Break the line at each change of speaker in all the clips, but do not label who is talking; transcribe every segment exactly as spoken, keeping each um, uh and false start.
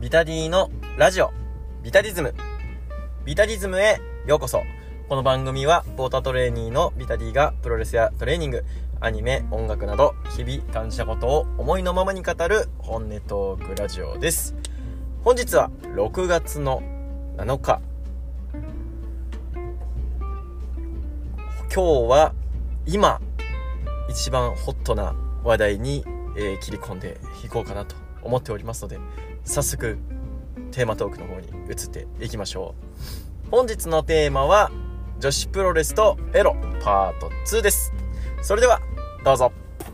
ビタディのラジオビタディズムビタディズムへようこそ。この番組はポータートレーニーのビタディがプロレスやトレーニング、アニメ、音楽など日々感じたことを思いのままに語る本音トークラジオです。本日はろくがつのなのか。今日は今一番ホットな話題に、えー、切り込んでいこうかなと思っておりますので、早速テーマトークの方に移っていきましょう。本日のテーマは女子プロレスとエロパートツーです。それではどうぞ。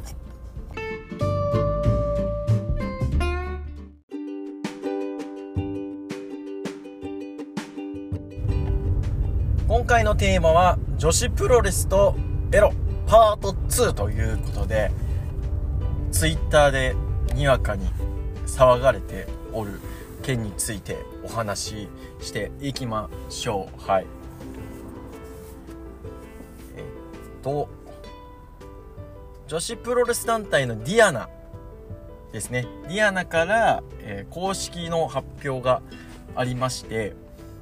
今回のテーマは女子プロレスとエロパートツーということで、ツイッターでにわかに騒がれておる件についてお話ししていきましょう。はい。えっと女子プロレス団体のディアナですね。ディアナから、えー、公式の発表がありまして、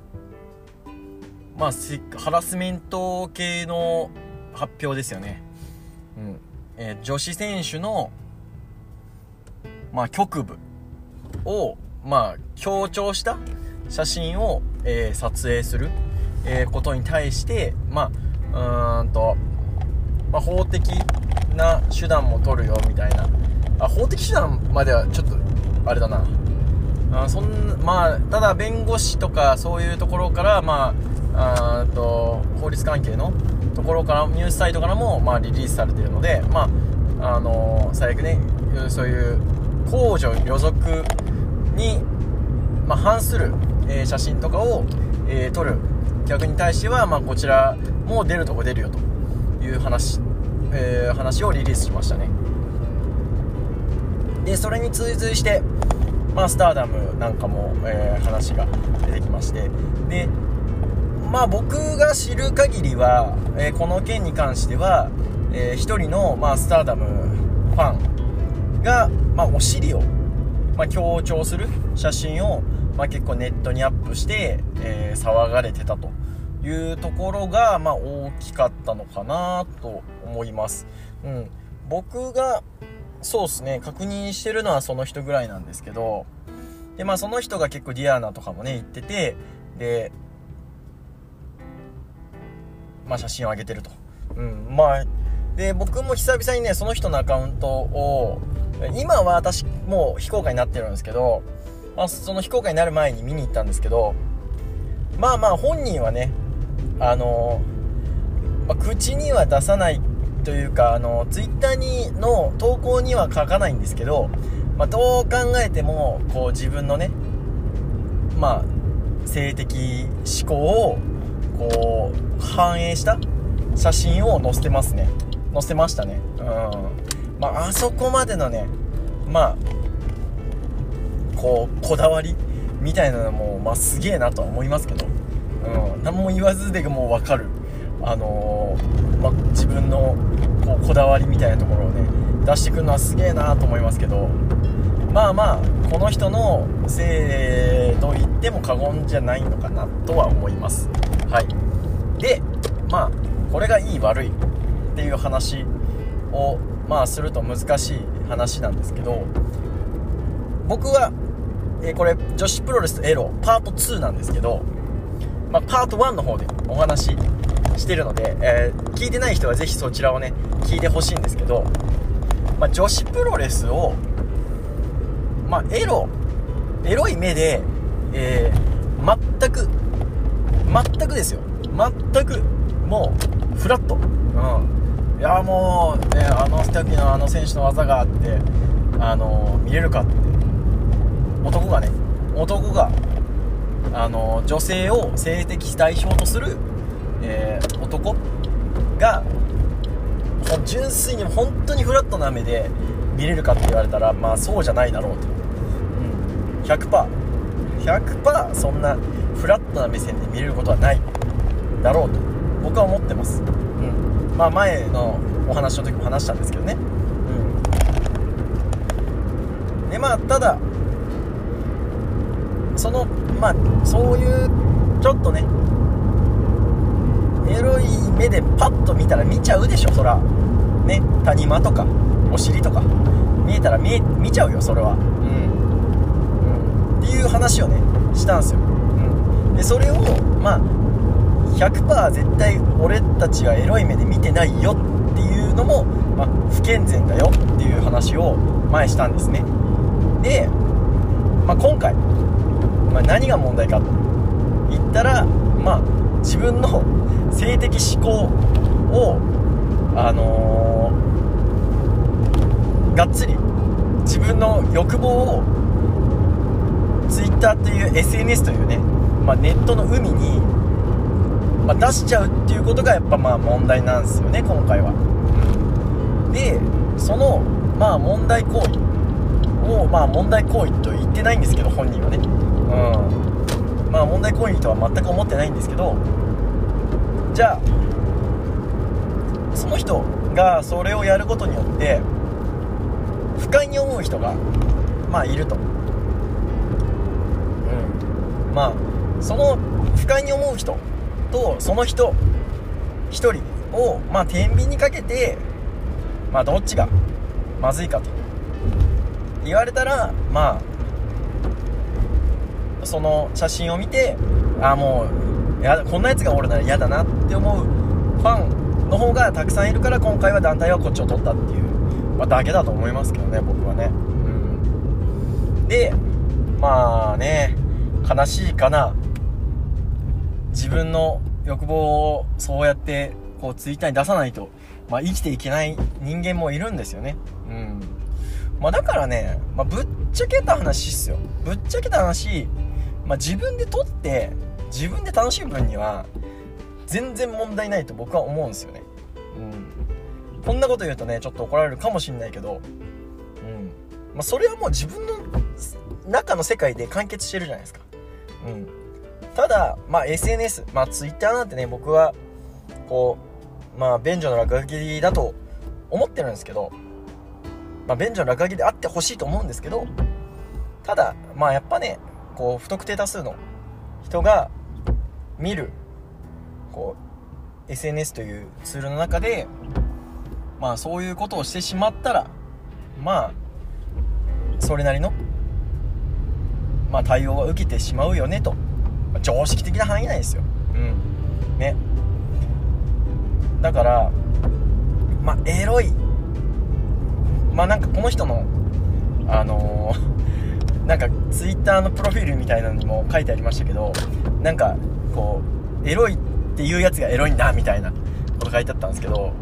まあハラスメント系の発表ですよね。うんえー、女子選手のまあ局部をまあ強調した写真を、えー、撮影する、えー、ことに対してまあうーんと、まあ、法的な手段も取るよみたいな。あ法的手段まではちょっとあれだな。あそんまあただ弁護士とかそういうところからまああと法律関係のところからニュースサイトからもまあリリースされているので、まああのー、最悪ねそういう公序良俗に、まあ、反する、えー、写真とかを、えー、撮る客に対しては、まあ、こちらも出るとこ出るよという話、えー、話をリリースしましたね。でそれに追随して、まあ、スターダムなんかも、えー、話が出てきまして、でまあ僕が知る限りは、えー、この件に関しては、えー、一人の、まあ、スターダムファンが、まあ、お尻を、まあ、強調する写真を、まあ、結構ネットにアップして、えー、騒がれてたというところが、まあ、大きかったのかなと思います。うん、僕がそうですね確認してるのはその人ぐらいなんですけど、で、まあ、その人が結構ディアナとかもね言ってて、でまあ、写真を上げてると、うん、まあで僕も久々にねその人のアカウントを今は私もう非公開になってるんですけど、まあ、その非公開になる前に見に行ったんですけど、まあまあ本人はねあの、まあ、口には出さないというかあのツイッターにの投稿には書かないんですけど、まあ、どう考えてもこう自分のねまあ性的思考をこう反映した写真を載せてますね載せましたね。うんまああそこまでのねまあこうこだわりみたいなのもまあすげえなとは思いますけど、うん、何も言わずでもう分かるあのー、まあ自分のこうこだわりみたいなところをね出してくるのはすげえなと思いますけど、まあまあこの人のせいと言っても過言じゃないのかなとは思います。はい。でまあこれがいい悪いっていう話をまあすると難しい話なんですけど、僕は、えー、これ女子プロレスエロパートツーなんですけど、まあ、パートワンの方でお話ししてるので、えー、聞いてない人はぜひそちらをね聞いてほしいんですけど、まあ、女子プロレスをまあエロエロい目で、えー、全く全くですよ全くもうフラット、うん、いやもう、ね、あの時のあの選手の技があってあの見れるかって男がね男があの女性を性的代表とする、えー、男が純粋に本当にフラットな目で見れるかって言われたらまあそうじゃないだろうと、うん、ひゃくパーセント ひゃくパーセント そんなフラットな目線で見れることはないだろうと僕は思ってます。うん、まあ前のお話の時も話したんですけどね。うん、でまあただそのまあそういうちょっとねエロい目でパッと見たら見ちゃうでしょ、そらね。谷間とかお尻とか見えたら 見, 見ちゃうよ、それは、うんうん、っていう話をねしたんですよ、うん、でそれをまあ ひゃくパーセント 絶対俺たちはエロい目で見てないよっていうのも、まあ、不健全だよっていう話を前したんですね。で、まあ、今回、まあ、何が問題かと言ったら、まあ、自分の性的思考をあのー、がっつり自分の欲望を Twitter という エスエヌエス というね、まあ、ネットの海に、まあ、出しちゃうっていうことがやっぱまあ問題なんですよね、今回は。でそのまあ問題行為をまあ問題行為と言ってないんですけど、本人はね、うん、まあ問題行為とは全く思ってないんですけど、じゃあその人がそれをやることによって不快に思う人がまあいると、うん、まあその不快に思う人とその人一人をまあ天秤にかけて、まあどっちがまずいかと言われたら、まあその写真を見て、あもうやこんなやつがおるなら嫌だなって思うファンの方がたくさんいるから、今回は団体はこっちを取ったっていう、まあ、だけだと思いますけどね、僕はね、うん、でまあね悲しいかな、自分の欲望をそうやってこうツイッターに出さないと、まあ、生きていけない人間もいるんですよね、うんまあ、だからね、まあ、ぶっちゃけた話っすよぶっちゃけた話、まあ、自分で撮って自分で楽しむ分には全然問題ないと僕は思うんですよね、うん、こんなこと言うとねちょっと怒られるかもしんないけど、うんまあ、それはもう自分の中の世界で完結してるじゃないですか、うん、ただ、まあ、エスエヌエス、まあ、Twitter なんてね僕はこうまあ便所の落書きだと思ってるんですけど、まあ、便所の落書きであってほしいと思うんですけど、ただまあやっぱねこう不特定多数の人が見るこう エスエヌエス というツールの中でまあそういうことをしてしまったら、まあそれなりのまあ対応は受けてしまうよねと、まあ、常識的な範囲内ですよ、うんね。だからまあエロい、まあなんかこの人のあのー、なんかツイッターのプロフィールみたいなのにも書いてありましたけど、なんかこうエロいっていうやつがエロいんだみたいなこと書いてあったんですけど、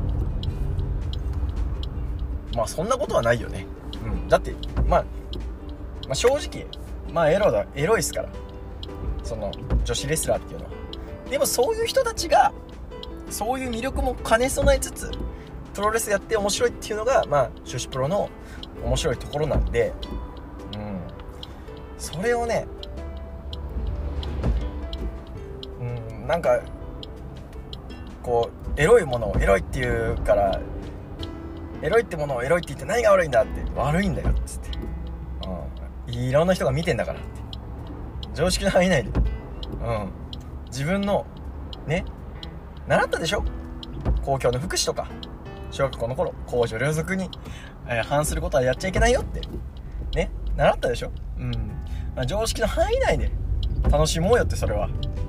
まあそんなことはないよね、うん、だって、まあ、まあ正直まあエロだエロいっすから、その女子レスラーっていうのは。でもそういう人たちがそういう魅力も兼ね備えつつプロレスやって面白いっていうのがまあ女子プロの面白いところなんで、うん、それをね、うん、なんかこうエロいものをエロいって言うからエロいってものをエロいって言って何が悪いんだって、悪いんだよっつって、うん、いろんな人が見てんだからって、常識の範囲内で、うん、自分のね習ったでしょ、公共の福祉とか小学校の頃公序良俗に、えー、反することはやっちゃいけないよってね習ったでしょ、うんまあ、常識の範囲内で楽しもうよって、それは、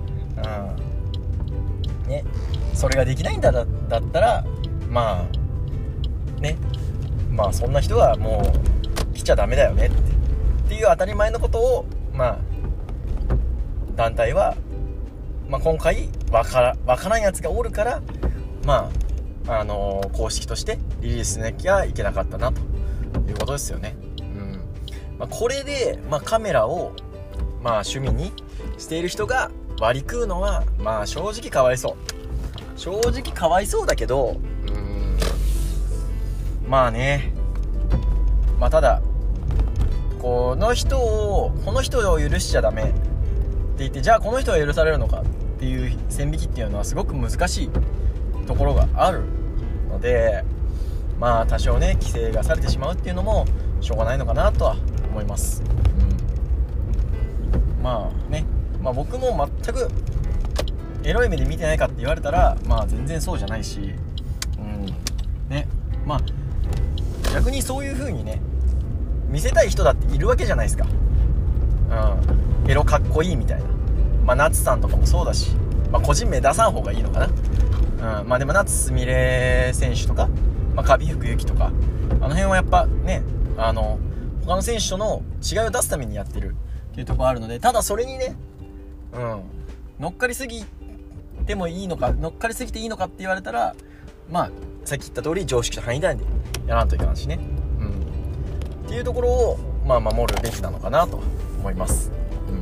うんね、それができないんだだったらまあねまあそんな人はもう来ちゃダメだよねってっていう当たり前のことをまあ団体は、まあ、今回わからわからんやつがおるからまああのー、公式としてリリースしなきゃいけなかったなということですよね、うんまあ、これで、まあ、カメラを、まあ、趣味にしている人が割り食うのはまあ正直かわいそう正直かわいそうだけど、うーんまあねまあただこの人をこの人を許しちゃダメって言って、じゃあこの人は許されるのかっていう線引きっていうのはすごく難しいところがあるので、まあ多少ね規制がされてしまうっていうのもしょうがないのかなとは思います、うん、 まあね、まあ、僕も全くエロい目で見てないかって言われたらまあ全然そうじゃないし、うんね、まあ逆にそういう風にね見せたい人だっているわけじゃないですか。うん、エロかっこいいみたいな、まあ夏さんとかもそうだし、まあ個人名出さん方がいいのかな。うん、まあでも夏すみれ選手とか、まあカビフクユキとか、あの辺はやっぱね、あの他の選手との違いを出すためにやってるっていうところあるので、ただそれにね、うん、乗っかりすぎてもいいのか、乗っかりすぎていいのかって言われたら、まあさっき言った通り常識の範囲内でやらんといけないしね、うん、っていうところをまあ守るべきなのかなと思います。うん、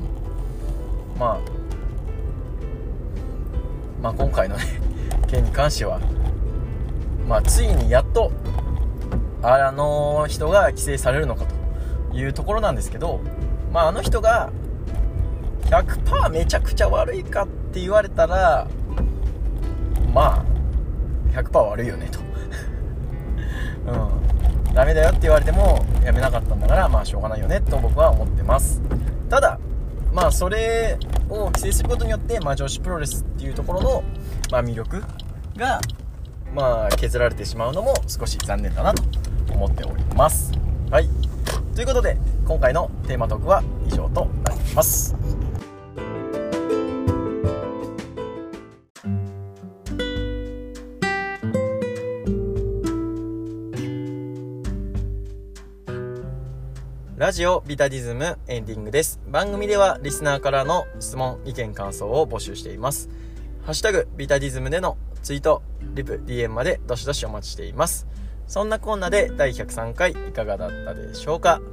まあまあ今回のね件に関しては、まあついにやっとあの人が規制されるのかというところなんですけど、まああの人が ひゃくパーセント めちゃくちゃ悪いかって言われたら、まあ ひゃくパーセント 悪いよねとうん、ダメだよって言われてもやめなかったんだから、まあしょうがないよねと僕は思ってます。ただまあそれを規制することによって、まあ、女子プロレスっていうところの、まあ、魅力がまあ削られてしまうのも少し残念だなと思っております。はい、ということで今回のテーマトークは以上となります。ラジオビタディズムエンディングです。番組ではリスナーからの質問、意見、感想を募集しています。ハッシュタグビタディズムでのツイート、リプ、ディーエム までどしどしお待ちしています。そんなこんなでだいひゃくさんかいいかがだったでしょうか。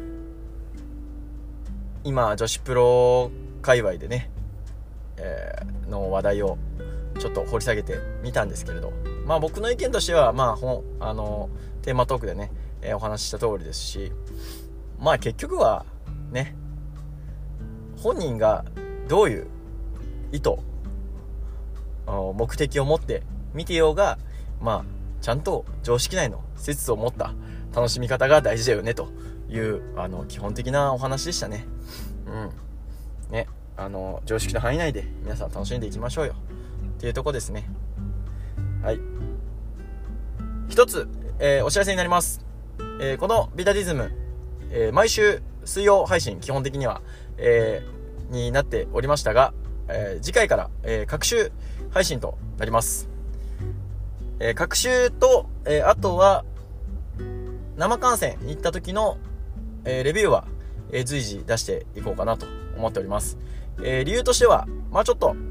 今女子プロ界隈でね、えー、の話題をちょっと掘り下げてみたんですけれど、まあ僕の意見としてはまあほあのテーマトークでね、えー、お話しした通りですし、まあ結局はね、本人がどういう意図、目的を持って見てようが、まあちゃんと常識内の節を持った楽しみ方が大事だよねというあの基本的なお話でしたね。うんね、あの常識の範囲内で皆さん楽しんでいきましょうよっていうとこですね。はい、一つ、えー、お知らせになります。えー、このビタディズム、えー、毎週水曜配信基本的には、えー、になっておりましたが、えー、次回から、えー、各週配信となります。えー、各週と、えー、あとは生観戦に行った時の、えー、レビューは、えー、随時出していこうかなと思っております。えー、理由としてはまあちょっと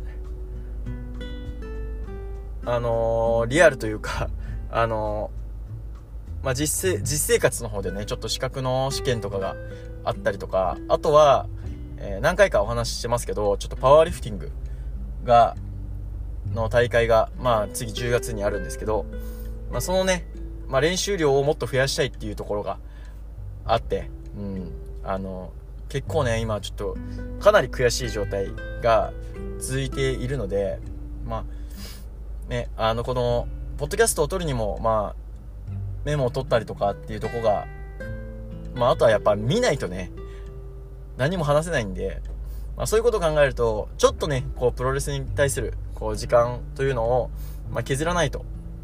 あのー、リアルというかあのーまあ、実生、実生活の方でねちょっと資格の試験とかがあったりとか、あとは、えー、何回かお話ししてますけど、ちょっとパワーリフティングがの大会がまあ次じゅうがつにあるんですけど、まあ、そのね、まあ、練習量をもっと増やしたいっていうところがあって、うん、あの結構ね今ちょっとかなり悔しい状態が続いているので、まあね、あのこのポッドキャストを撮るにもまあメモを取ったりとかっていうとこが、まああとはやっぱ見ないとね何も話せないんで、まあ、そういうことを考えるとちょっとねこうプロレスに対するこう時間というのを、まあ、削らないと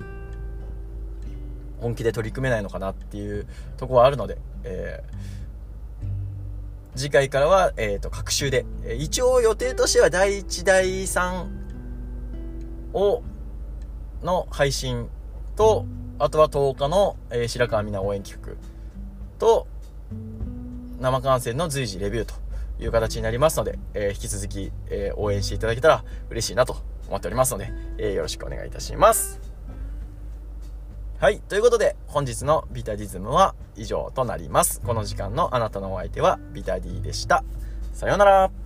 本気で取り組めないのかなっていうところはあるので、えー、次回からは、えー、と各週で、えー、一応予定としてはだいいちだいさんをの配信と、あとはとおかの、えー、白川美奈応援企画と生観戦の随時レビューという形になりますので、えー、引き続き、えー、応援していただけたら嬉しいなと思っておりますので、えー、よろしくお願いいたします。はい、ということで本日のビタディズムは以上となります。この時間のあなたのお相手はビタディでした。さようなら。